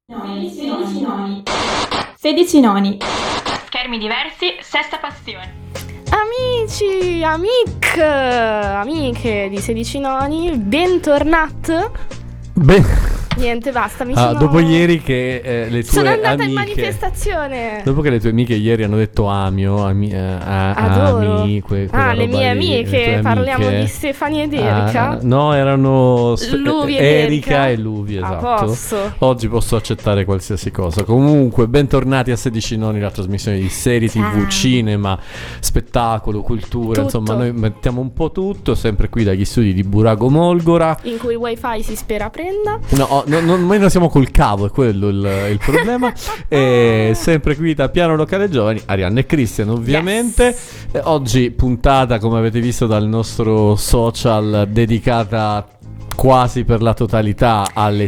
16 noni. Schermi diversi, sesta passione. Amici, amiche di 16 noni, bentornati. Niente, basta, dopo ieri che le tue sono andata amiche, in manifestazione. dopo che le tue amiche ieri hanno detto amio, adoro. Le mie amiche, parliamo di Stefania ed Erika. No, erano Luvi ed Erika e Luvi, esatto. A posto. Oggi posso accettare qualsiasi cosa. Comunque, bentornati a 16 noni, la trasmissione di serie TV, cinema, spettacolo, cultura, tutto. Insomma, noi mettiamo un po' tutto, sempre qui dagli studi di Burago Molgora, in cui il wifi si spera prenda. Noi non siamo col cavo, è quello il problema. E sempre qui da Piano Locale Giovani, Arianna e Cristian ovviamente. Yes. Oggi puntata, come avete visto dal nostro social, dedicata quasi per la totalità al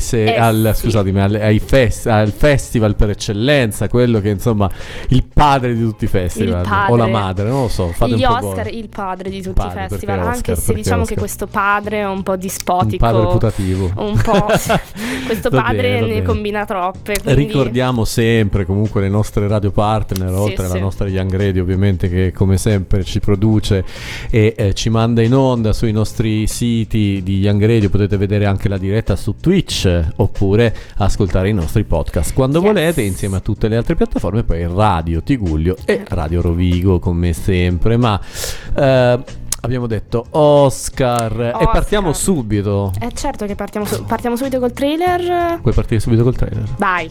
festival per eccellenza, quello che insomma il padre di tutti i festival, o la madre, non lo so, fate gli un po' Oscar, voi. Il padre di tutti i festival, Oscar, anche se diciamo Oscar. che questo padre è un po' dispotico, un padre putativo, un po'. Questo Va padre bene, va ne bene. combina troppe, quindi... Ricordiamo sempre comunque le nostre radio partner, oltre alla nostra Young Radio ovviamente, che come sempre ci produce e ci manda in onda sui nostri siti di Young Radio. Potete vedere anche la diretta su Twitch oppure ascoltare i nostri podcast quando volete, insieme a tutte le altre piattaforme, poi Radio Tigullio e Radio Rovigo come sempre. Ma abbiamo detto Oscar e partiamo subito. Certo che partiamo subito col trailer. Puoi partire subito col trailer? Vai.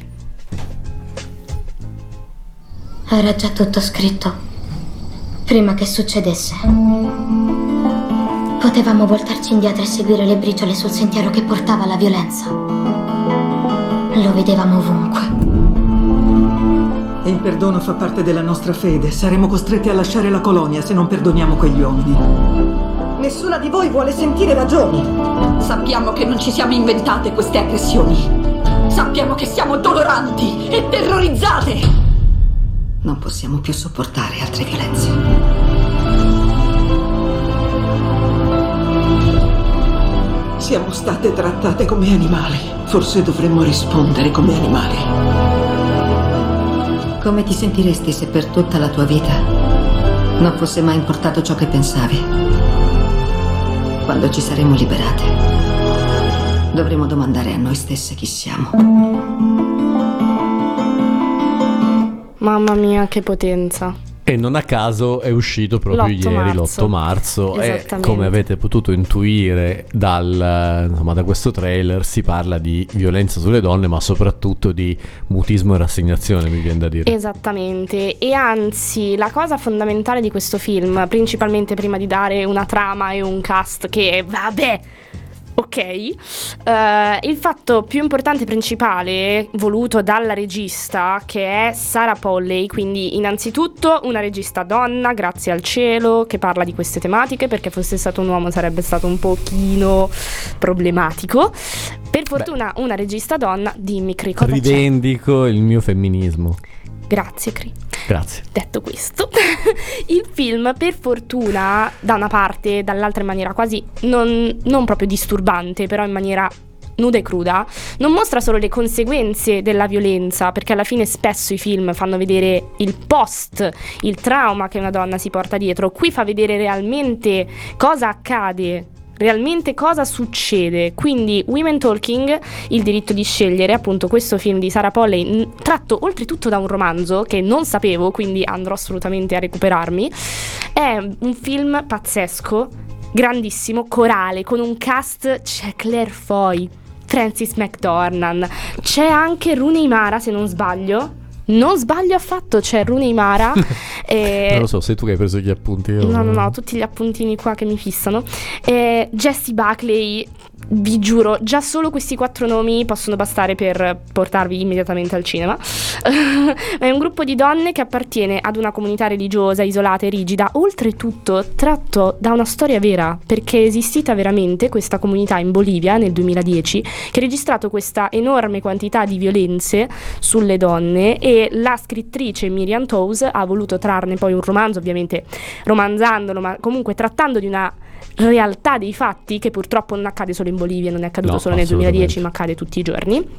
Era già tutto scritto prima che succedesse. Potevamo voltarci indietro e seguire le briciole sul sentiero che portava alla violenza. Lo vedevamo ovunque. Il perdono fa parte della nostra fede. Saremo costretti a lasciare la colonia se non perdoniamo quegli uomini. Nessuna di voi vuole sentire ragioni. Sappiamo che non ci siamo inventate queste aggressioni. Sappiamo che siamo doloranti e terrorizzate. Non possiamo più sopportare altre violenze. Siamo state trattate come animali. Forse dovremmo rispondere come animali. Come ti sentiresti se per tutta la tua vita non fosse mai importato ciò che pensavi? Quando ci saremo liberate, dovremo domandare a noi stesse chi siamo. Mamma mia, che potenza. E non a caso è uscito proprio ieri, l'8 marzo, e come avete potuto intuire da questo trailer si parla di violenza sulle donne, ma soprattutto di mutismo e rassegnazione, mi viene da dire. Esattamente, e anzi la cosa fondamentale di questo film, principalmente prima di dare una trama e un cast che vabbè, ok, il fatto più importante e principale voluto dalla regista, che è Sarah Polley, quindi innanzitutto una regista donna, grazie al cielo, che parla di queste tematiche, perché fosse stato un uomo sarebbe stato un pochino problematico. Per fortuna una regista donna. Dimmi, Cri, cosa rivendico il mio femminismo. Grazie, Cri. Grazie. Detto questo, il film, per fortuna, da una parte, dall'altra in maniera quasi non proprio disturbante, però in maniera nuda e cruda, non mostra solo le conseguenze della violenza, perché alla fine spesso i film fanno vedere il post, il trauma che una donna si porta dietro. Qui fa vedere realmente cosa accade, realmente cosa succede. Quindi Women Talking, il diritto di scegliere, appunto questo film di Sarah Polley, tratto oltretutto da un romanzo che non sapevo, quindi andrò assolutamente a recuperarmi. È un film pazzesco, grandissimo, corale, con un cast. C'è Claire Foy, Frances McDormand, c'è anche Rooney Mara, se non sbaglio. Non sbaglio affatto, c'è Rooney Mara. Non lo so, sei tu che hai preso gli appunti. No, tutti gli appuntini qua che mi fissano. Jessie Buckley, vi giuro, già solo questi 4 nomi possono bastare per portarvi immediatamente al cinema. È un gruppo di donne che appartiene ad una comunità religiosa isolata e rigida, oltretutto tratto da una storia vera, perché è esistita veramente questa comunità in Bolivia nel 2010 che ha registrato questa enorme quantità di violenze sulle donne, e la scrittrice Miriam Toews ha voluto trarne poi un romanzo, ovviamente romanzandolo, ma comunque trattando di una realtà dei fatti che purtroppo non accade solo in Bolivia, non è accaduto solo nel 2010, ma accade tutti i giorni.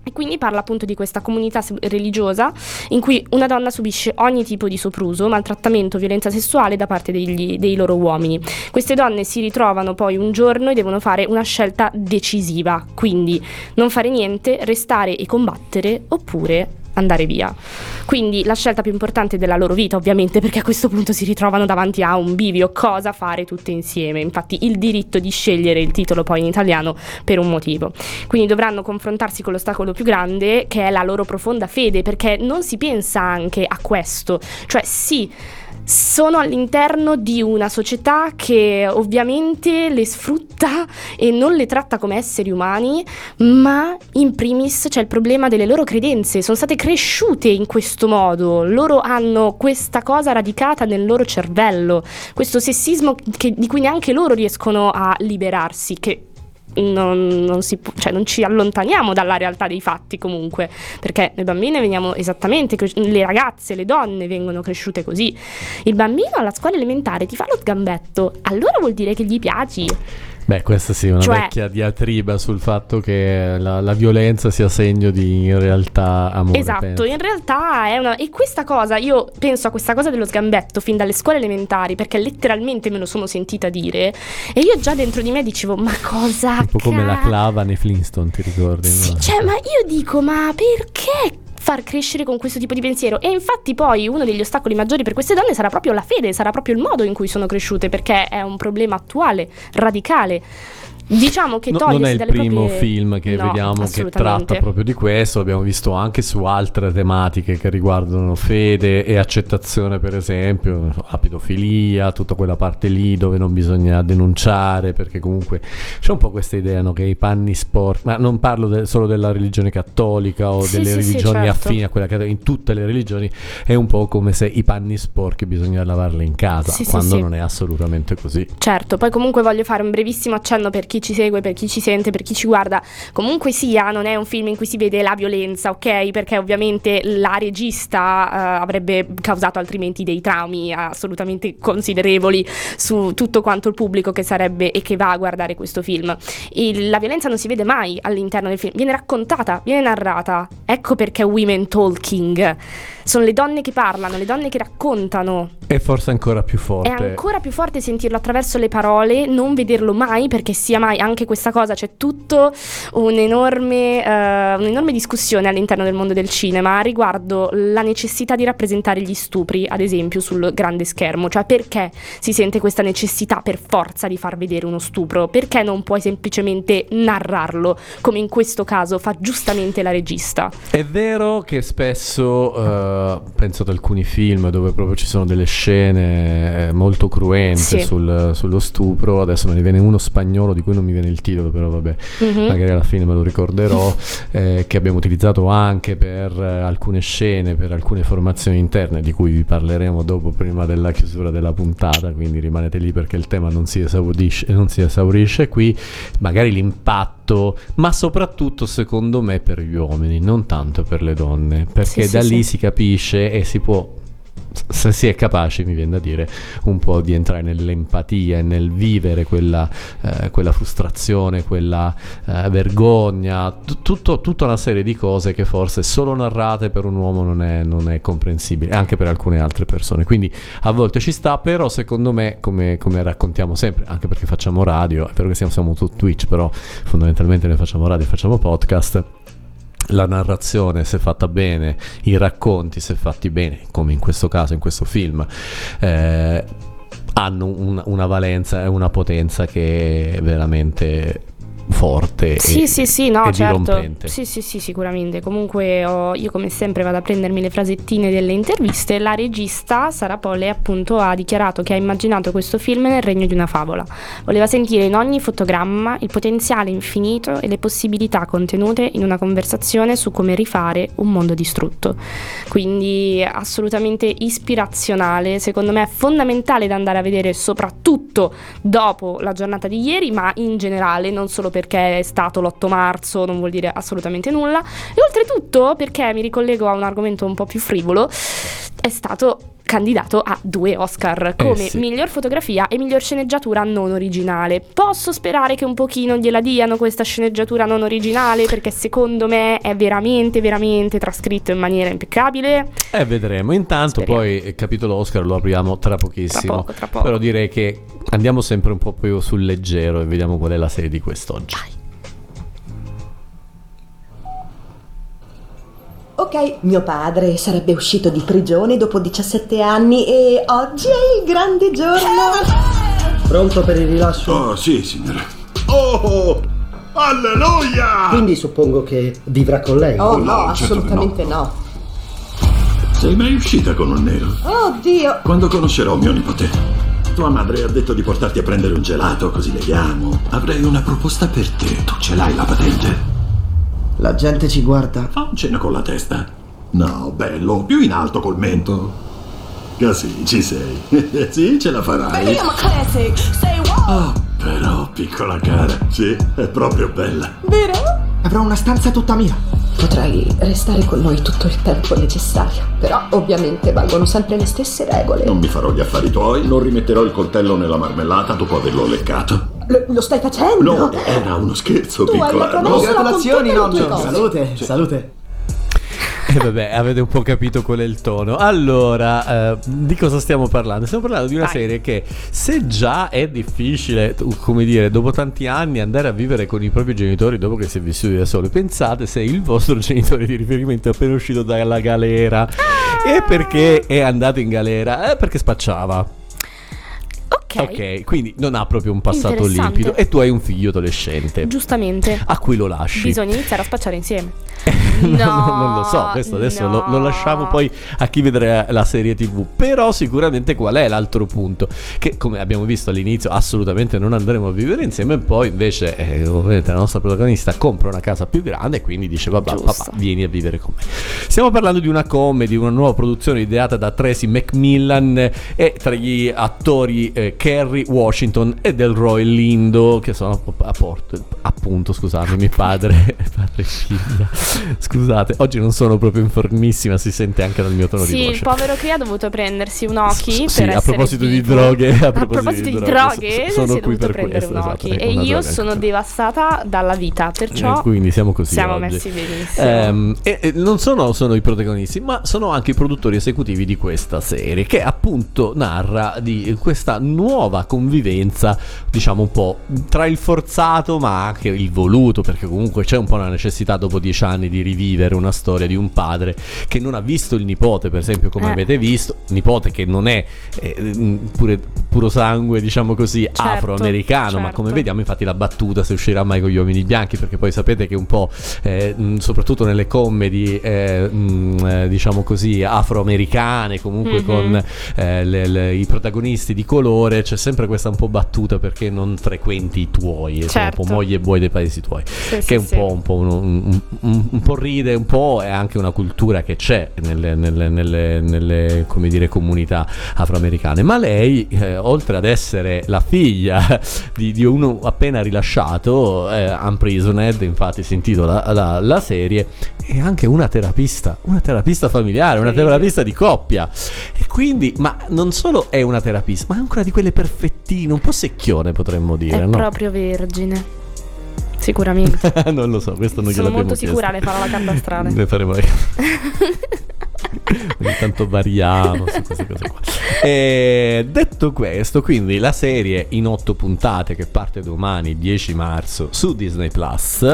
E quindi parla appunto di questa comunità religiosa in cui una donna subisce ogni tipo di sopruso, maltrattamento, violenza sessuale da parte dei loro uomini. Queste donne si ritrovano poi un giorno e devono fare una scelta decisiva, quindi non fare niente, restare e combattere, oppure andare via. Quindi la scelta più importante della loro vita, ovviamente, perché a questo punto si ritrovano davanti a un bivio, cosa fare tutte insieme. Infatti il diritto di scegliere, il titolo poi in italiano, per un motivo. Quindi dovranno confrontarsi con l'ostacolo più grande, che è la loro profonda fede, perché non si pensa anche a questo, cioè sì, sono all'interno di una società che ovviamente le sfrutta e non le tratta come esseri umani, ma in primis c'è il problema delle loro credenze. Sono state cresciute in questo modo, loro hanno questa cosa radicata nel loro cervello, questo sessismo di cui neanche loro riescono a liberarsi, che non ci allontaniamo dalla realtà dei fatti comunque, perché le bambine veniamo esattamente, le ragazze, le donne vengono cresciute così. Il bambino alla scuola elementare ti fa lo sgambetto, allora vuol dire che gli piaci. Beh, questa sì, una vecchia diatriba sul fatto che la violenza sia segno di, in realtà, amore. Esatto, in realtà è una... E questa cosa, io penso a questa cosa dello sgambetto fin dalle scuole elementari, perché letteralmente me lo sono sentita dire, e io già dentro di me dicevo, ma cosa un po' come la clava nei Flintstone, ti ricordi? Sì, no? Cioè, ma io dico, ma perché far crescere con questo tipo di pensiero? E infatti poi uno degli ostacoli maggiori per queste donne sarà proprio la fede, sarà proprio il modo in cui sono cresciute, perché è un problema attuale, radicale. Diciamo che non è il dalle primo proprie... film che vediamo che tratta proprio di questo, l'abbiamo visto anche su altre tematiche che riguardano fede e accettazione, per esempio la pedofilia, tutta quella parte lì dove non bisogna denunciare, perché comunque c'è un po' questa idea, no, che i panni sporchi, ma non parlo solo della religione cattolica o delle religioni affini a quella che in tutte le religioni è un po' come se i panni sporchi bisogna lavarli in casa, quando non è assolutamente così. Certo, poi comunque voglio fare un brevissimo accenno per chi ci segue, per chi ci sente, per chi ci guarda. Comunque sia, non è un film in cui si vede la violenza, ok? Perché ovviamente la regista avrebbe causato altrimenti dei traumi assolutamente considerevoli su tutto quanto il pubblico che sarebbe e che va a guardare questo film. La violenza non si vede mai all'interno del film, viene raccontata, viene narrata. Ecco perché women talking. Sono le donne che parlano, le donne che raccontano. E forse ancora più forte. È ancora più forte sentirlo attraverso le parole, non vederlo mai, perché sia mai anche questa cosa. C'è tutto un'enorme discussione all'interno del mondo del cinema riguardo la necessità di rappresentare gli stupri, ad esempio, sul grande schermo. Cioè, perché si sente questa necessità per forza di far vedere uno stupro? Perché non puoi semplicemente narrarlo, come in questo caso fa giustamente la regista? È vero che spesso penso ad alcuni film dove proprio ci sono delle scene molto cruente sullo stupro. Adesso me ne viene uno spagnolo di cui non mi viene il titolo, però vabbè, magari alla fine me lo ricorderò, che abbiamo utilizzato anche per alcune scene, per alcune formazioni interne, di cui vi parleremo dopo, prima della chiusura della puntata, quindi rimanete lì perché il tema non si esaurisce qui. Magari l'impatto, ma soprattutto secondo me per gli uomini, non tanto per le donne, perché da lì si capisce e si può, se si è capaci, mi viene da dire, un po' di entrare nell'empatia e nel vivere quella frustrazione, quella vergogna, tutta una serie di cose che forse solo narrate per un uomo non è comprensibile, anche per alcune altre persone. Quindi a volte ci sta, però secondo me, come raccontiamo sempre, anche perché facciamo radio, è vero che siamo su Twitch, però fondamentalmente noi facciamo radio, facciamo podcast. La narrazione, se fatta bene, i racconti, se fatti bene, come in questo caso, in questo film, hanno una valenza e una potenza che è veramente forte dirompente. Sì, sicuramente. Comunque io come sempre vado a prendermi le frasettine delle interviste. La regista Sarah Polley appunto ha dichiarato che ha immaginato questo film nel regno di una favola. Voleva sentire in ogni fotogramma il potenziale infinito e le possibilità contenute in una conversazione su come rifare un mondo distrutto. Quindi assolutamente ispirazionale, secondo me è fondamentale da andare a vedere, soprattutto dopo la giornata di ieri, ma in generale, non solo perché è stato l'8 marzo, non vuol dire assolutamente nulla, e oltretutto perché mi ricollego a un argomento un po' più frivolo, è stato candidato a 2 Oscar come miglior fotografia e miglior sceneggiatura non originale. Posso sperare che un pochino gliela diano questa sceneggiatura non originale, perché secondo me è veramente veramente trascritto in maniera impeccabile. Vedremo. Intanto poi il capitolo Oscar lo apriamo tra pochissimo. Tra poco. Però direi che andiamo sempre un po' più sul leggero e vediamo qual è la serie di quest'oggi. Vai. Ok, mio padre sarebbe uscito di prigione dopo 17 anni e oggi è il grande giorno. Pronto per il rilascio? Oh, sì, signora. Oh, alleluia! Quindi suppongo che vivrà con lei? Oh no, no, certo assolutamente no. Sei mai uscita con un nero? Oddio. Quando conoscerò mio nipote, tua madre ha detto di portarti a prendere un gelato, così leghiamo. Avrei una proposta per te. Tu ce l'hai la patente? La gente ci guarda. Fa un cenno con la testa. No, bello, più in alto col mento. Così, ci sei. Sì, ce la farai. Oh, però, piccola cara, sì, è proprio bella. Vero? Avrò una stanza tutta mia. Potrai restare con noi tutto il tempo necessario, però ovviamente valgono sempre le stesse regole. Non mi farò gli affari tuoi, non rimetterò il coltello nella marmellata dopo averlo leccato. Lo stai facendo? No, era uno scherzo, Tu hai piccola. la promessa. Congratulazioni, con tutte le tue nonno. cose. Salute. Vabbè, avete un po' capito qual è il tono. Allora, di cosa stiamo parlando? Stiamo parlando di una serie che, se già è difficile, come dire, dopo tanti anni andare a vivere con i propri genitori dopo che si è vissuti da soli, pensate se il vostro genitore di riferimento è appena uscito dalla galera. E perché è andato in galera? Perché spacciava. Ok, quindi non ha proprio un passato limpido. E tu hai un figlio adolescente, giustamente, a cui lo lasci. Bisogna iniziare a spacciare insieme. Non lo so, questo adesso lo lasciamo poi a chi vedrà la serie TV. Però sicuramente qual è l'altro punto? Che, come abbiamo visto all'inizio, assolutamente non andremo a vivere insieme. E poi invece ovviamente la nostra protagonista compra una casa più grande e quindi dice papà, vieni a vivere con me. Stiamo parlando di una comedy, una nuova produzione ideata da Tracy McMillan e tra gli attori Kerry Washington e Delroy Lindo, che sono appunto, scusatemi, padre e figlia. Scusate, oggi non sono proprio in formissima, si sente anche dal mio tono di voce. Sì, il povero qui ha dovuto prendersi un occhi sì, per a proposito essere di vivo. droghe, a proposito di droghe, sono si è qui dovuto per prendere questo, un occhi. esatto, E io droga. sono devastata dalla vita, perciò quindi siamo così siamo oggi. messi benissimo. E non sono i protagonisti, ma sono anche i produttori esecutivi di questa serie, che appunto narra di questa nuova convivenza, diciamo un po' tra il forzato ma anche il voluto, perché comunque c'è un po' una necessità dopo 10 anni di rivivere una storia di un padre che non ha visto il nipote, per esempio, come avete visto, nipote che non è puro sangue, diciamo così, afroamericano, ma come vediamo infatti la battuta se uscirà mai con gli uomini bianchi, perché poi sapete che un po' soprattutto nelle comedy diciamo così afroamericane, comunque con i protagonisti di colore, c'è sempre questa un po' battuta perché non frequenti i tuoi, sono un po' mogli e buoi dei paesi tuoi, che è un po' un po' ride, un po' è anche una cultura che c'è nelle come dire comunità afroamericane. Ma lei, oltre ad essere la figlia di uno appena rilasciato, Unprisoned, infatti si intitola la serie, è anche una terapista familiare, una terapista di coppia, e quindi, ma non solo è una terapista, ma è ancora di quelle perfettine, un po' secchione potremmo dire, è no? proprio vergine. Sicuramente. Non lo so, questo non sono gliel'abbiamo molto sicura, chiesto. le farò la carta strana. Ne faremo la ogni tanto variamo su queste cose qua. Detto questo, quindi la serie in 8 puntate che parte domani 10 marzo su Disney Plus.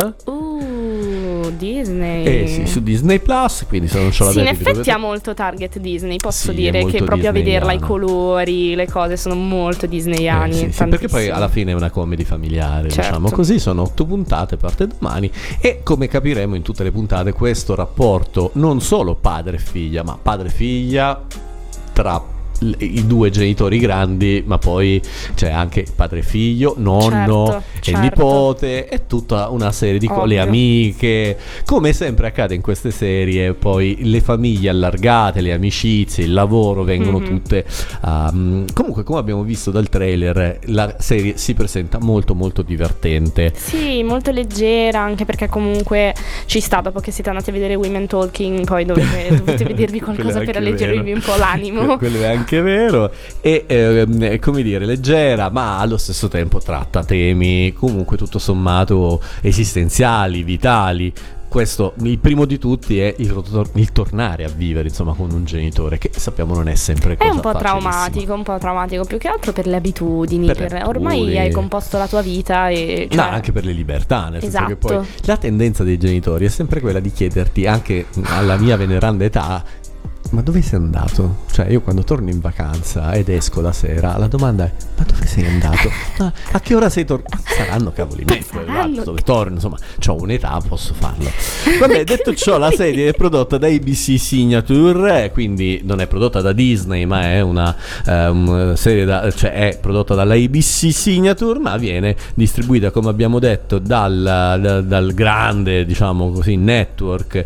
Disney. Sì, su Disney Plus, quindi se non ce l'avete, in effetti ha molto target Disney, posso sì, dire che proprio a vederla, i disneyano. colori, le cose sono molto disneyani, sì, perché poi alla fine è una comedy familiare, diciamo così. Sono 8 puntate, parte domani, e come capiremo in tutte le puntate questo rapporto non solo padre e figlia, ma padre e figlia tra i due genitori grandi, ma poi c'è anche padre e figlio, nonno e nipote, e tutta una serie di le amiche, come sempre accade in queste serie. Poi le famiglie allargate, le amicizie, il lavoro vengono tutte comunque, come abbiamo visto dal trailer, la serie si presenta molto molto divertente, sì, molto leggera, anche perché comunque ci sta, dopo che siete andati a vedere Women Talking, poi dovete vedervi qualcosa per alleggerirvi un po' l'animo. Quello è anche vero. E come dire, leggera, ma allo stesso tempo tratta temi comunque tutto sommato esistenziali, vitali. Questo, il primo di tutti, è il tornare a vivere, insomma, con un genitore, che sappiamo non è sempre cosa facilissima. un po' traumatico, più che altro per le abitudini, ormai hai composto la tua vita e no, anche per le libertà, nel senso che poi la tendenza dei genitori è sempre quella di chiederti, anche alla mia veneranda età, ma dove sei andato? Cioè, io quando torno in vacanza ed esco la sera, la domanda è: ma dove sei andato? A che ora sei tornato? Saranno cavoli miei, dove torno, insomma, c'ho un'età, posso farlo. Vabbè, detto ciò, la serie è prodotta da ABC Signature, quindi non è prodotta da Disney, ma è una serie cioè è prodotta dalla ABC Signature, ma viene distribuita, come abbiamo detto, dal grande, diciamo così, network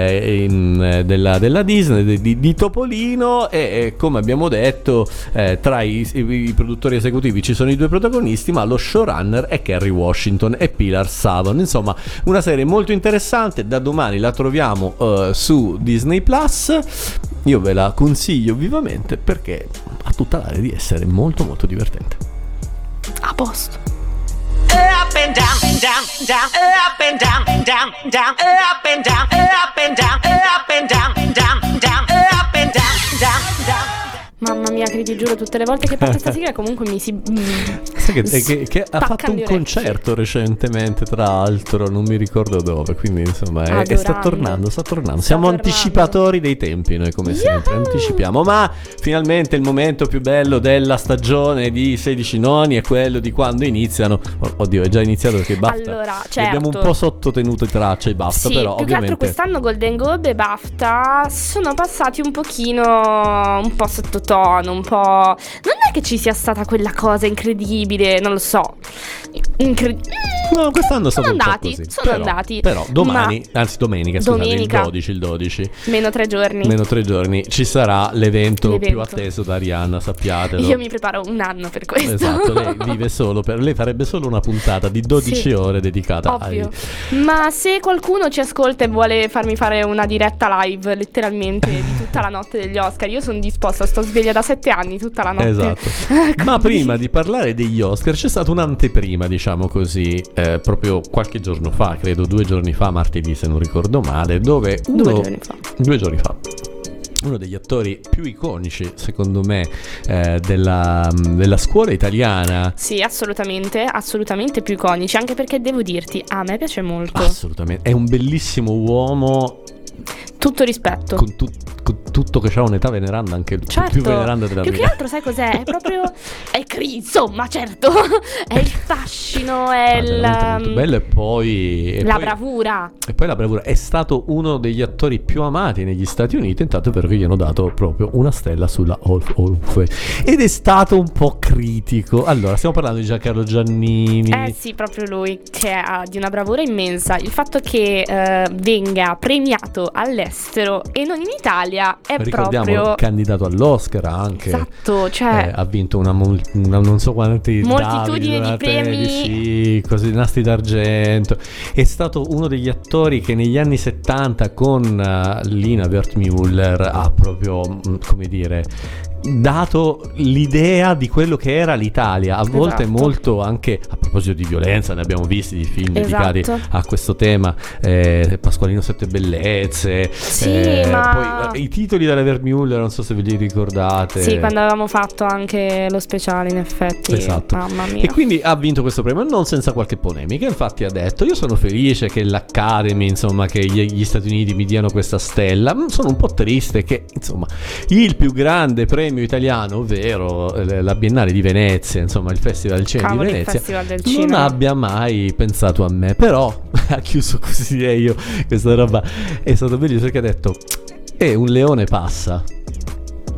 della Disney, di Topolino, e come abbiamo detto, tra i produttori esecutivi ci sono i due protagonisti, ma lo showrunner è Kerry Washington e Pilar Savon. Insomma, una serie molto interessante. Da domani la troviamo su Disney Plus. Io ve la consiglio vivamente perché ha tutta l'aria di essere molto molto divertente. A posto. Up and down, down, down, up and down, down, down, up and down, up and down, up and down, down, down, up and down, down, down. Mamma mia, che ti giuro, tutte le volte che parte sta sigla comunque mi si sai che ha fatto un concerto recentemente, tra l'altro, non mi ricordo dove, quindi insomma sta tornando. Siamo anticipatori dei tempi noi, come sempre, anticipiamo. Ma finalmente il momento più bello della stagione di 16 noni è quello di quando iniziano. Oddio, è già iniziato, perché BAFTA allora, certo, abbiamo un po' sottotenuto i tracce, i BAFTA, sì, però più ovviamente che altro quest'anno Golden Globe e BAFTA sono passati un pochino, un po' sottotono, un po', non è che ci sia stata quella cosa incredibile, non lo so, no, quest'anno sono andati, però domani, anzi domenica, scusate, il 12 meno 3 giorni ci sarà l'evento più atteso da Arianna, sappiatelo. Io mi preparo un anno per questo. Esatto, lei vive solo lei farebbe solo una puntata di 12 ore dedicata ma se qualcuno ci ascolta e vuole farmi fare una diretta live letteralmente di tutta la notte degli Oscar, io sono disposta, sto sveglia da 7 anni tutta la notte. Esatto. Ma prima di parlare degli Oscar c'è stata un'anteprima, diciamo così, proprio qualche giorno fa, credo 2 giorni fa, martedì se non ricordo male, dove 2 giorni fa uno degli attori più iconici, secondo me, della scuola italiana. Sì, assolutamente più iconici, anche perché devo dirti, a me piace molto. Assolutamente, è un bellissimo uomo. Tutto rispetto. Con tutto che c'ha un'età veneranda, anche più veneranda della mia. Più che altro sai cos'è? È proprio insomma, certo. È il fascino, è molto bello, e poi bravura. E poi la bravura. È stato uno degli attori più amati negli Stati Uniti, intanto perché gli hanno dato proprio una stella sulla Hall ed è stato un po' critico. Allora, stiamo parlando di Giancarlo Giannini. Sì, proprio lui, che ha di una bravura immensa. Il fatto che venga premiato all'estero e non in Italia è proprio candidato all'Oscar anche. Esatto, cioè ha vinto una non so quanti moltitudine di premi, sì, così, nastri d'argento. È stato uno degli attori che negli anni 70 con Lina Wertmüller ha proprio, come dire, dato l'idea di quello che era l'Italia, a volte molto, anche a proposito di violenza, ne abbiamo visti di film dedicati a questo tema, Pasqualino Sette Bellezze, ma poi i titoli della Wertmüller, non so se ve li ricordate. Sì, quando avevamo fatto anche lo speciale, in effetti. Esatto. Mamma mia. E quindi ha vinto questo premio non senza qualche polemica. Infatti ha detto: io sono felice che l'Academy, insomma, che gli Stati Uniti mi diano questa stella. Sono un po' triste che, insomma, il più grande premio italiano, ovvero la Biennale di Venezia, insomma il Festival del Cinema di Venezia, non abbia mai pensato a me. Però ha chiuso così, e io, questa roba è stato bellissimo, perché ha detto: un leone passa,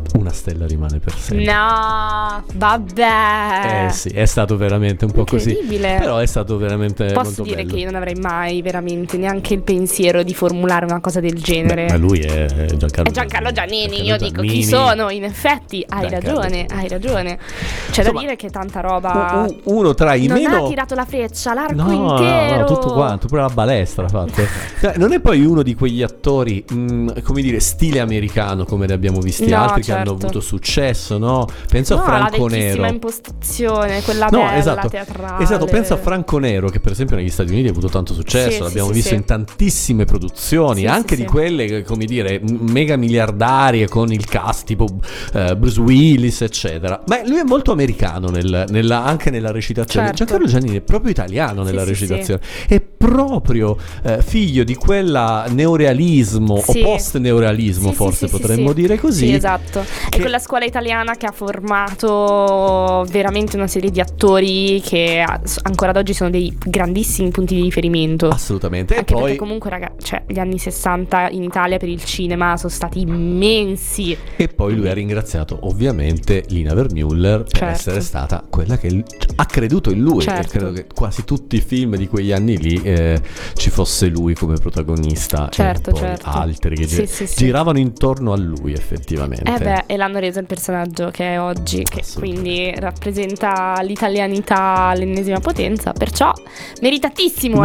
Una stella rimane per sempre. No, vabbè. Sì, è stato veramente un po' così. Però è stato veramente Posso molto dire bello. che io non avrei mai veramente neanche il pensiero di formulare una cosa del genere. Ma lui è Giancarlo. È Giancarlo Giannini, io dico Giannini. chi sono, in effetti hai Giancarlo. ragione. C'è da dire che tanta roba. Uno tra i non meno ha tirato la freccia, l'arco No, intero. tutto quanto, pure la balestra ha fatto. Cioè, non è poi uno di quegli attori, come dire, stile americano, come ne abbiamo visti altri che hanno avuto successo, no? Penso a Franco la vecchissima Nero. impostazione, quella bella, teatrale. Esatto, penso a Franco Nero, che per esempio negli Stati Uniti ha avuto tanto successo, l'abbiamo visto in tantissime produzioni, anche di quelle, come dire, mega miliardarie con il cast tipo Bruce Willis, eccetera. Ma lui è molto americano anche nella recitazione. Giancarlo Giannini è proprio italiano nella recitazione. È proprio figlio di quella neorealismo o post-neorealismo, forse potremmo dire così. Sì, esatto. È quella scuola italiana che ha formato veramente una serie di attori che ancora ad oggi sono dei grandissimi punti di riferimento. Assolutamente. Anche e poi perché comunque cioè, gli anni 60 in Italia per il cinema sono stati immensi. E poi lui ha ringraziato ovviamente Lina Wertmüller per essere stata quella che ha creduto in lui. E credo che quasi tutti i film di quegli anni lì ci fosse lui come protagonista. E poi altri che giravano intorno a lui effettivamente. E l'hanno reso il personaggio che è oggi, che quindi rappresenta l'italianità all'ennesima potenza. Perciò meritatissimo.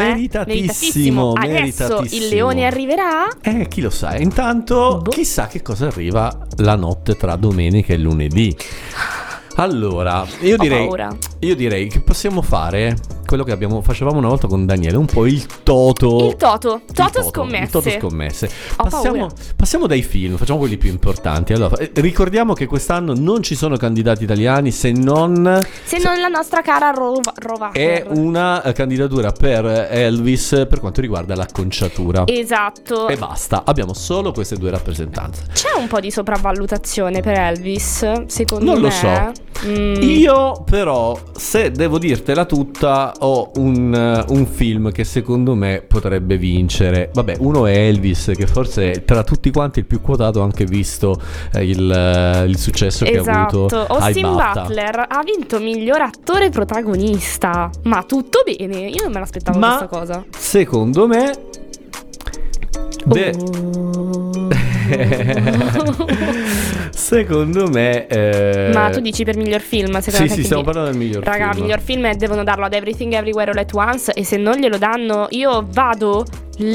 Adesso il leone arriverà. Chi lo sa. Intanto chissà che cosa arriva la notte tra domenica e lunedì. Allora, io direi che possiamo fare quello che facevamo una volta con Daniele, un po' il toto scommesse. Passiamo dai film, facciamo quelli più importanti. Allora, ricordiamo che quest'anno non ci sono candidati italiani se non la nostra cara Rovacher. È una candidatura per Elvis per quanto riguarda l'acconciatura. Esatto. E basta, abbiamo solo queste due rappresentanze. C'è un po' di sopravvalutazione per Elvis, secondo me. Non lo so. Io però, se devo dirtela tutta, ho un film che secondo me potrebbe vincere. Vabbè, uno è Elvis, che forse è tra tutti quanti il più quotato, anche visto il successo che ha avuto. Austin Butler ha vinto miglior attore protagonista. Ma tutto bene, io non me l'aspettavo questa cosa. Secondo me secondo me ma tu dici per miglior film? Sì, stiamo parlando del miglior film. Raga, miglior film devono darlo ad Everything Everywhere All at Once. E se non glielo danno, io vado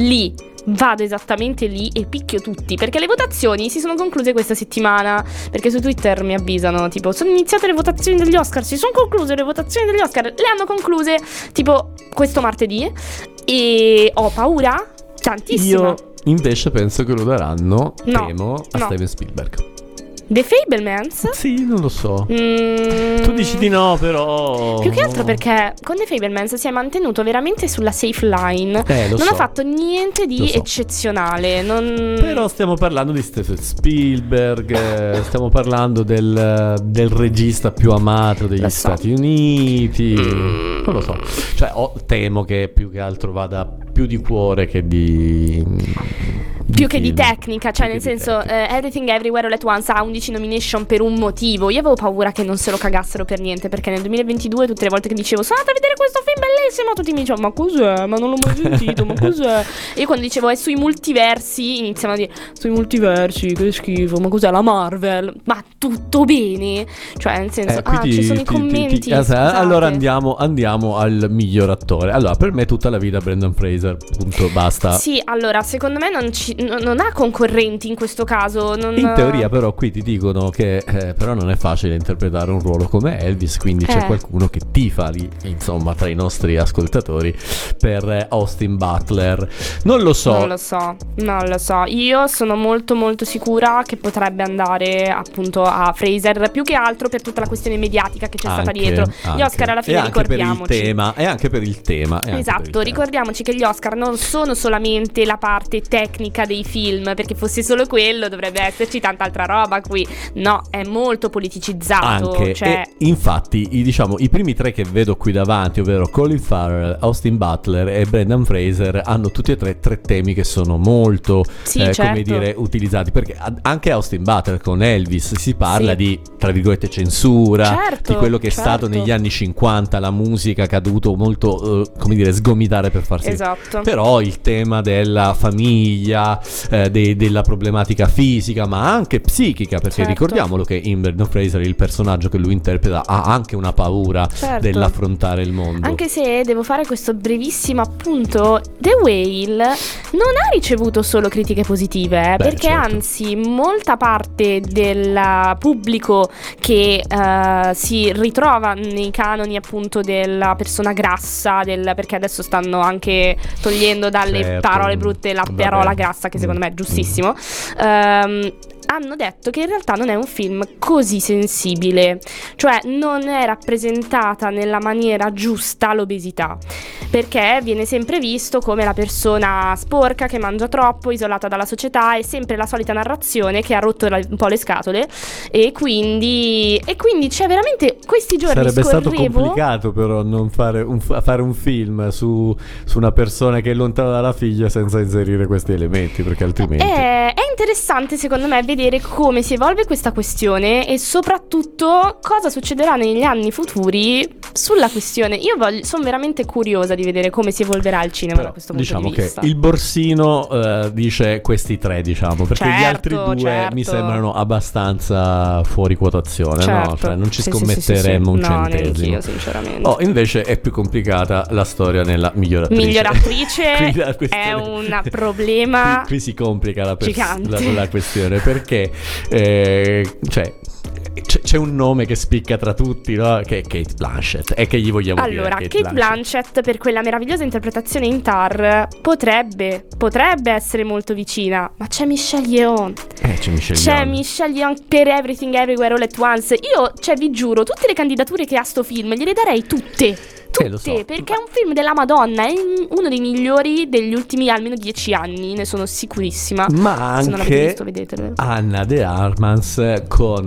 esattamente lì e picchio tutti, perché le votazioni si sono concluse questa settimana. Perché su Twitter mi avvisano, tipo, sono iniziate le votazioni degli Oscar, si sono concluse le votazioni degli Oscar. Le hanno concluse tipo questo martedì e ho paura tantissimo. Io invece penso che lo daranno, temo, a Steven Spielberg. The Fabelmans? Sì, non lo so. Tu dici di no, però. Più che altro perché con The Fabelmans si è mantenuto veramente sulla safe line. Non ha fatto niente di eccezionale. Però stiamo parlando di Steven Spielberg. Stiamo parlando del regista più amato degli Stati Uniti. Non lo so. Cioè, temo che più che altro vada più di cuore che di tecnica, cioè nel senso Everything Everywhere All at Once ha 11 nomination per un motivo. Io avevo paura che non se lo cagassero per niente, perché nel 2022 tutte le volte che dicevo sono andata a vedere questo film bellissimo, tutti mi dicevano ma cos'è? Ma non l'ho mai sentito, ma cos'è? E io quando dicevo è sui multiversi iniziavano a dire sui multiversi, che schifo, ma cos'è la Marvel? Ma tutto bene? Cioè nel senso ci sono i commenti. Allora andiamo al miglior attore. Allora per me tutta la vita Brendan Fraser, punto, basta. Sì, allora secondo me non ha concorrenti in questo caso. In teoria però qui ti dicono che però non è facile interpretare un ruolo come Elvis, quindi c'è qualcuno che tifa lì, insomma, tra i nostri ascoltatori per Austin Butler. Non lo so. Io sono molto molto sicura che potrebbe andare appunto a Fraser, più che altro per tutta la questione mediatica che c'è stata dietro. Gli Oscar alla fine, ricordiamoci, e anche per il tema. Esatto, ricordiamoci che gli Oscar non sono solamente la parte tecnica dei film, perché fosse solo quello dovrebbe esserci tanta altra roba qui. No, è molto politicizzato. Anche, cioè... e infatti i primi tre che vedo qui davanti, ovvero Colin Farrell, Austin Butler e Brendan Fraser, hanno tutti e tre temi che sono molto certo, come dire, utilizzati, perché anche Austin Butler con Elvis si parla di, tra virgolette, censura, certo, di quello che è stato negli anni 50, la musica che ha dovuto molto come dire, sgomitare per farsi. Esatto. Però il tema della famiglia, della problematica fisica, ma anche psichica, perché ricordiamolo che in Brendan Fraser, il personaggio che lui interpreta, ha anche una paura dell'affrontare il mondo. Anche se devo fare questo brevissimo appunto, The Whale non ha ricevuto solo critiche positive, perché anzi molta parte del pubblico che si ritrova nei canoni appunto della persona grassa, perché adesso stanno anche togliendo dalle parole brutte la parola grassa, che secondo me è giustissimo, hanno detto che in realtà non è un film così sensibile, cioè non è rappresentata nella maniera giusta l'obesità, perché viene sempre visto come la persona sporca che mangia troppo, isolata dalla società, è sempre la solita narrazione che ha rotto un po' le scatole, e quindi c'è veramente questi giorni sarebbe stato complicato però non fare un film su una persona che è lontana dalla figlia senza inserire questi elementi, perché altrimenti è interessante secondo me vedere come si evolve questa questione e soprattutto cosa succederà negli anni futuri sulla questione. Io sono veramente curiosa di vedere come si evolverà il cinema da questo punto di vista. Che il borsino dice questi tre, diciamo, perché gli altri due mi sembrano abbastanza fuori quotazione, no? Cioè non ci scommetteremmo un centesimo. Io sinceramente. Invece è più complicata la storia nella miglior attrice. Miglior attrice è un problema. Qui si complica la questione, perché c'è un nome che spicca tra tutti, no? Che è Cate Blanchett, e che gli vogliamo dire. Allora, Cate Blanchett per quella meravigliosa interpretazione in Tar potrebbe essere molto vicina, ma c'è Michelle Yeoh. C'è Michelle Yeoh per Everything Everywhere All at Once. Io, vi giuro, tutte le candidature che ha sto film gliele darei tutte, perché è un film della Madonna, è uno dei migliori degli ultimi almeno 10 anni, ne sono sicurissima. Ma anche se non l'avete visto, vedetelo. Anna de Armas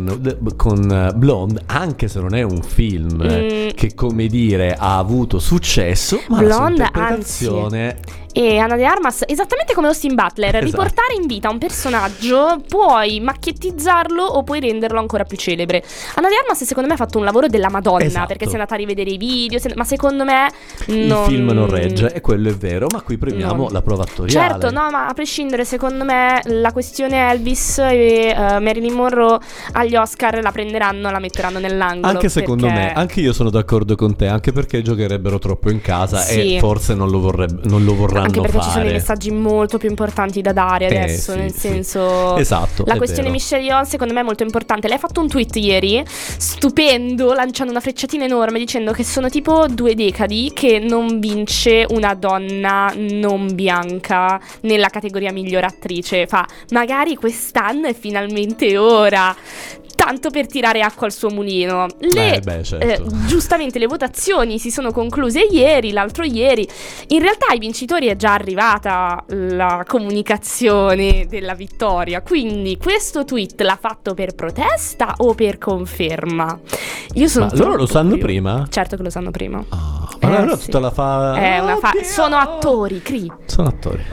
con Blonde, anche se non è un film che, come dire, ha avuto successo, ma Blonde, la sua interpretazione e Anna de Armas, esattamente come Austin Butler, riportare in vita un personaggio, puoi macchiettizzarlo o puoi renderlo ancora più celebre. Anna de Armas secondo me ha fatto un lavoro della Madonna, perché si è andata a rivedere i video, ma secondo me il film non regge, e quello è vero, ma qui premiamo la prova attoriale. Certo, no, ma a prescindere, secondo me la questione Elvis e Marilyn Monroe agli Oscar la prenderanno, la metteranno nell'angolo. Anche secondo me, anche io sono d'accordo con te, anche perché giocherebbero troppo in casa e forse non lo vorranno anche perché fare. Ci sono dei messaggi molto più importanti da dare adesso, nel senso, esatto, la questione Michelle Yeoh secondo me è molto importante. Lei ha fatto un tweet ieri stupendo, lanciando una frecciatina enorme dicendo che sono tipo 2 decadi che non vince una donna non bianca nella categoria miglior attrice. Magari quest'anno è finalmente ora, tanto per tirare acqua al suo mulino. Giustamente le votazioni si sono concluse l'altro ieri. In realtà ai vincitori è già arrivata la comunicazione della vittoria, quindi questo tweet l'ha fatto per protesta o per conferma? Io sono loro lo sanno prima? Certo che lo sanno prima. Ma allora tutta la sono attori, sono attori.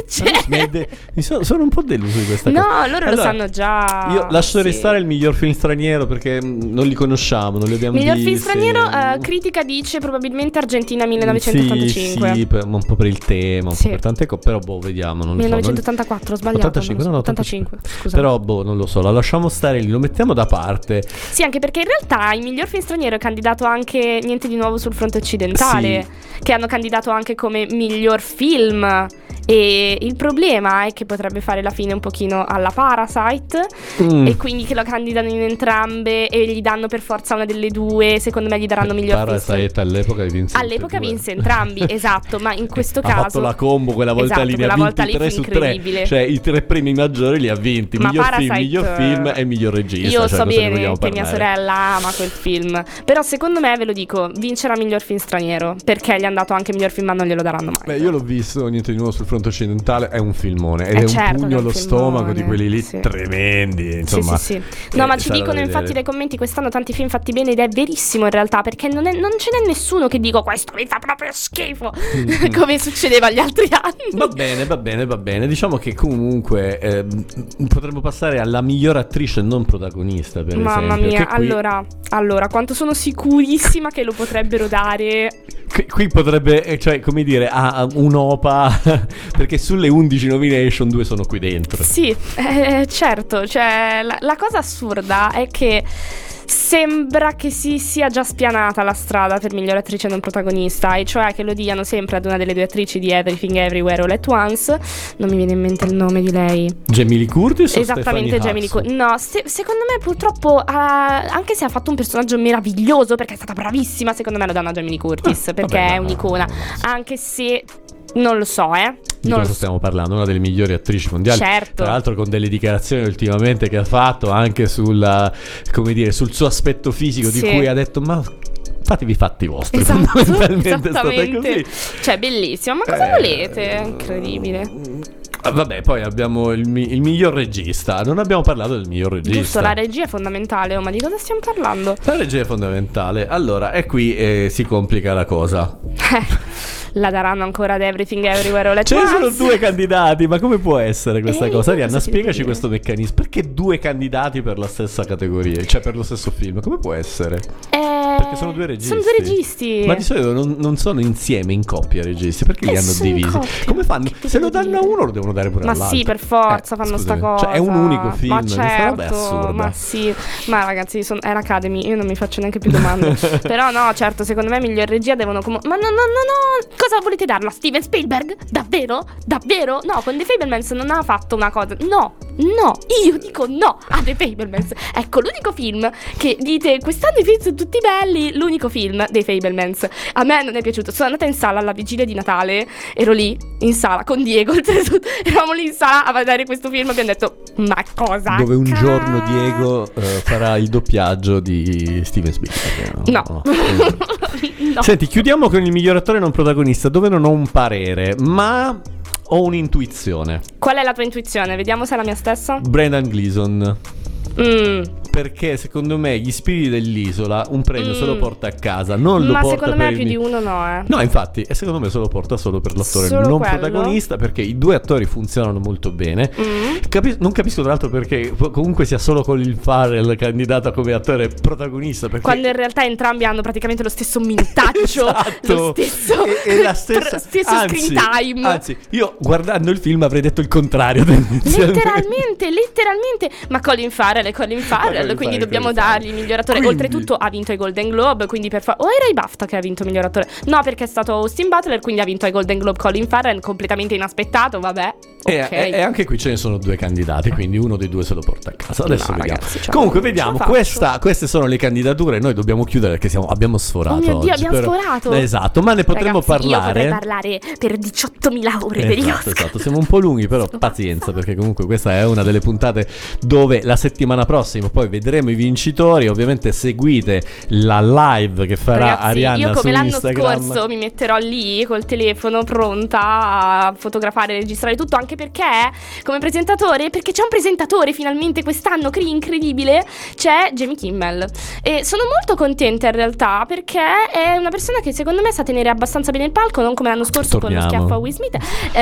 Sono un po' deluso di questa cosa. No, loro lo sanno già. Io lascio restare il miglior film straniero perché non li conosciamo, non li abbiamo visti. Miglior film straniero, critica dice probabilmente Argentina 1985. Sì, un po' per il tema, un po' per tante cose, però vediamo, non 1984, ho sbagliato. 85, scusa. Però non lo so, la lasciamo stare lì, lo mettiamo da parte. Sì, anche perché in realtà il miglior film straniero è candidato anche Niente di nuovo sul fronte occidentale, che hanno candidato anche come miglior film. E il problema è che potrebbe fare la fine un pochino alla Parasite, e quindi che lo candidano in entrambe e gli danno per forza una delle due. Secondo me gli daranno miglior film. Parasite all'epoca vinse entrambi, esatto, ma in questo caso ha fatto la combo quella volta lì, ne ha vinti 3 su 3, cioè i 3 premi maggiori li ha vinti, miglior film e miglior regista. Io so bene che mia sorella ama quel film, però secondo me, ve lo dico, vincerà miglior film straniero, perché gli hanno dato anche miglior film ma non glielo daranno mai. Io l'ho visto, Niente di nuovo sul fronte fronte occidentale è un filmone ed è certo, un pugno allo stomaco di quelli lì sì. tremendi, insomma. Sì. No, ma ci dicono infatti nei commenti quest'anno tanti film fatti bene, ed è verissimo in realtà, perché non ce n'è nessuno che dico questo mi fa proprio schifo come succedeva agli altri anni. Va bene. Diciamo che comunque potremmo passare alla miglior attrice non protagonista, per Mamma esempio. mia, Qui... allora, quanto sono sicurissima che lo potrebbero dare. Qui potrebbe, cioè, come dire, un'opa, perché sulle 11 nomination 2 sono qui dentro. Sì, certo, cioè la cosa assurda è che sembra che si sia già spianata la strada per miglior attrice non protagonista, e cioè che lo diano sempre ad una delle due attrici di Everything Everywhere All at Once. Non mi viene in mente il nome di lei. Jamie Lee Curtis? Esattamente, Jamie Lee Curtis. No, secondo me purtroppo anche se ha fatto un personaggio meraviglioso, perché è stata bravissima, secondo me lo danno a Jamie Lee Curtis, perché è un'icona. Anche se non lo so, Di cosa stiamo parlando? Una delle migliori attrici mondiali. Certo. Tra l'altro con delle dichiarazioni ultimamente che ha fatto anche sul suo aspetto fisico, di cui ha detto ma fatevi i fatti vostri. Esattamente. È stata così. Cioè bellissimo, ma cosa volete? Incredibile. Vabbè, poi abbiamo il miglior regista. Non abbiamo parlato del miglior regista. Giusto, la regia è fondamentale. Ma di cosa stiamo parlando? La regia è fondamentale. Allora, e qui si complica la cosa. La daranno ancora ad Everything Everywhere All at Once? Once? Ci sono due candidati, ma come può essere questa cosa? Arianna, spiegaci questo meccanismo. Perché due candidati per la stessa categoria? Cioè per lo stesso film? Come può essere? Perché sono due registi. Sono due registi. Ma di solito non sono insieme in coppia registi. Perché li hanno divisi? Come fanno? Se lo danno a uno lo devono dare pure all'altro. Ma sì, per forza fanno sta cosa. Cioè è un unico film. Ma certo, roba è assurda. ma sì. Ma ragazzi, è l'Academy, io non mi faccio neanche più domande. Però no, certo, secondo me miglior regia devono ma no. Cosa volete darlo a Steven Spielberg? Davvero? No, con The Fabelmans non ha fatto una cosa. No, io dico no a The Fabelmans. Ecco, l'unico film che dite quest'anno i film sono tutti belli, l'unico film dei Fabelmans a me non è piaciuto. Sono andata in sala alla vigilia di Natale, ero lì in sala con Diego, eravamo lì in sala a vedere questo film e abbiamo detto ma cosa? Dove un giorno Diego farà il doppiaggio di Steven Spielberg. No. No. Senti, chiudiamo con il miglior attore non protagonista, dove non ho un parere, ma ho un'intuizione. Qual è la tua intuizione? Vediamo se è la mia stessa. Brendan Gleeson. Perché secondo me Gli spiriti dell'isola un premio se lo porta a casa, non lo ma porta secondo per me più di uno no. No, infatti, e secondo me se lo porta solo per l'attore Solo non quello. protagonista, perché i due attori funzionano molto bene. Non capisco tra l'altro perché comunque sia solo Colin Farrell candidato come attore protagonista, perché quando in realtà entrambi hanno praticamente lo stesso minutaggio. Esatto. Lo stesso e la stessa screen time. Anzi, io guardando il film avrei detto il contrario. Letteralmente. Ma Colin Farrell, quindi dobbiamo dargli il miglior attore. Quindi... Oltretutto ha vinto i Golden Globe, quindi o era i BAFTA che ha vinto miglior attore? No, perché è stato Austin Butler, quindi ha vinto i Golden Globe Colin Farrell, completamente inaspettato, vabbè. Okay. E anche qui ce ne sono due candidati, quindi uno dei due se lo porta a casa. Adesso vediamo. Ragazzi, comunque vediamo, queste sono le candidature. Noi dobbiamo chiudere perché abbiamo sforato. Oh mio Dio, oggi, abbiamo sforato. Esatto, ma ne potremmo parlare. Io potrei parlare per 18.000 ore per gli Oscar. Esatto, siamo un po' lunghi, però pazienza, perché comunque questa è una delle puntate dove la settimana prossima poi vedremo i vincitori. Ovviamente seguite la live che farà Ragazzi, Arianna io come su l'anno Instagram. scorso mi metterò lì col telefono pronta a fotografare e registrare tutto, anche perché come presentatore, perché c'è un presentatore finalmente quest'anno incredibile, c'è Jimmy Kimmel, e sono molto contenta in realtà perché è una persona che secondo me sa tenere abbastanza bene il palco, non come l'anno scorso con lo schiaffo a Will Smith.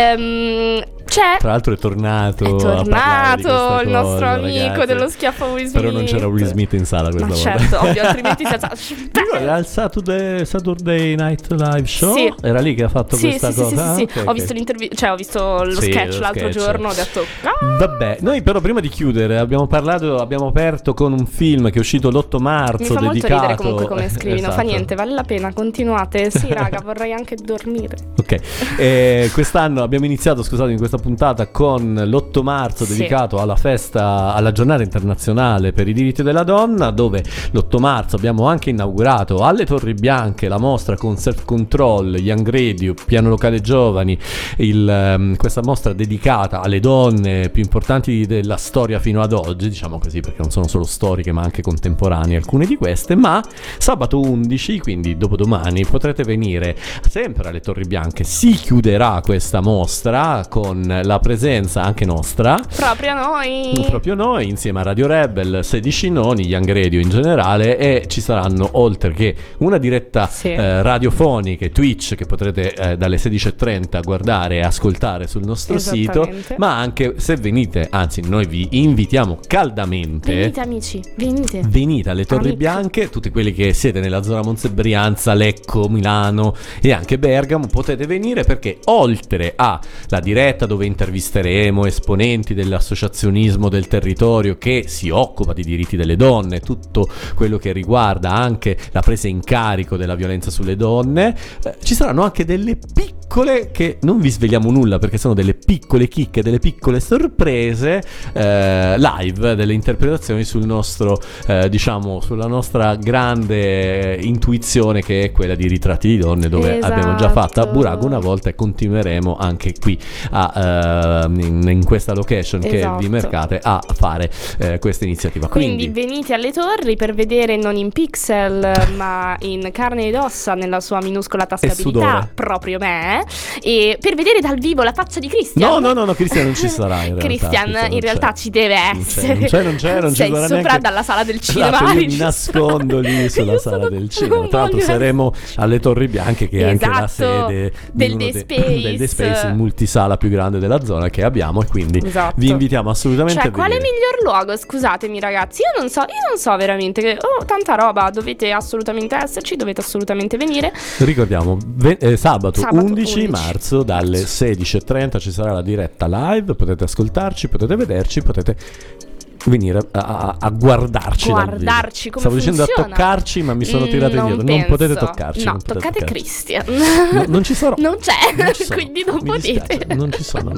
Tra l'altro è tornato il nostro amico dello schiaffo a Will Smith. Però non c'era Will Smith in sala questa volta. Certo, ovvio, altrimenti si alza. Era il Saturday Night Live Show? Sì. Era lì che ha fatto questa cosa? Sì. Okay, ho visto l'intervista, cioè ho visto lo sketch l'altro giorno, ho detto vabbè, noi però prima di chiudere abbiamo aperto con un film che è uscito l'8 marzo. Mi fa molto ridere comunque come scrivi. Esatto. Non fa niente, vale la pena, continuate. Sì raga, vorrei anche dormire. Ok, quest'anno abbiamo iniziato, scusate, in questa puntata con l'8 marzo dedicato alla festa, alla giornata internazionale per i diritti della donna, dove l'8 marzo abbiamo anche inaugurato alle Torri Bianche la mostra con Self Control, Young Radio, Piano Locale Giovani, questa mostra dedicata alle donne più importanti della storia fino ad oggi, diciamo così, perché non sono solo storiche ma anche contemporanee alcune di queste. Ma sabato 11, quindi dopodomani, potrete venire sempre alle Torri Bianche. Si chiuderà questa mostra con la presenza anche nostra, proprio noi insieme a Radio Rebel, 16 noni, Young Radio in generale, e ci saranno, oltre che una diretta radiofonica, Twitch, che potrete dalle 16:30 guardare e ascoltare sul nostro sito, ma anche, se venite, anzi noi vi invitiamo caldamente, venite amici, venite alle Torri Bianche, tutti quelli che siete nella zona Montebrianza, Lecco, Milano e anche Bergamo, potete venire, perché oltre alla diretta dove intervisteremo esponenti dell'associazionismo del territorio che si occupa di diritti delle donne, tutto quello che riguarda anche la presa in carico della violenza sulle donne, ci saranno anche delle piccole, che non vi svegliamo nulla perché sono delle piccole chicche, delle piccole sorprese live, delle interpretazioni sul nostro diciamo sulla nostra grande intuizione, che è quella di Ritratti di donne, dove abbiamo già fatto a Burago una volta e continueremo anche qui in questa location che vi mercate a fare questa iniziativa. Quindi venite alle Torri per vedere non in pixel ma in carne ed ossa, nella sua minuscola tascabilità, proprio me, e per vedere dal vivo la faccia di Christian. No, Christian non ci sarà in realtà. Christian in realtà ci deve essere. Non c'è sei sopra neanche dalla sala del cinema. Io mi nascondo lì sulla sala del cinema. Tra l'altro saremo alle Torri Bianche, che è anche la sede del The Space, il multisala più grande della zona che abbiamo, e quindi vi invitiamo assolutamente a venire. Quale miglior luogo? Scusatemi ragazzi, io non so veramente che tanta roba, dovete assolutamente esserci, dovete assolutamente venire. Ricordiamo sabato 11 marzo dalle 16:30 ci sarà la diretta live, potete ascoltarci, potete vederci, potete venire a guardarci come stavo dicendo funziona. A toccarci, ma mi sono tirato indietro. Non potete toccarci. No, toccate Christian. Non ci sarò. Non c'è. Quindi non potete. Non ci sono.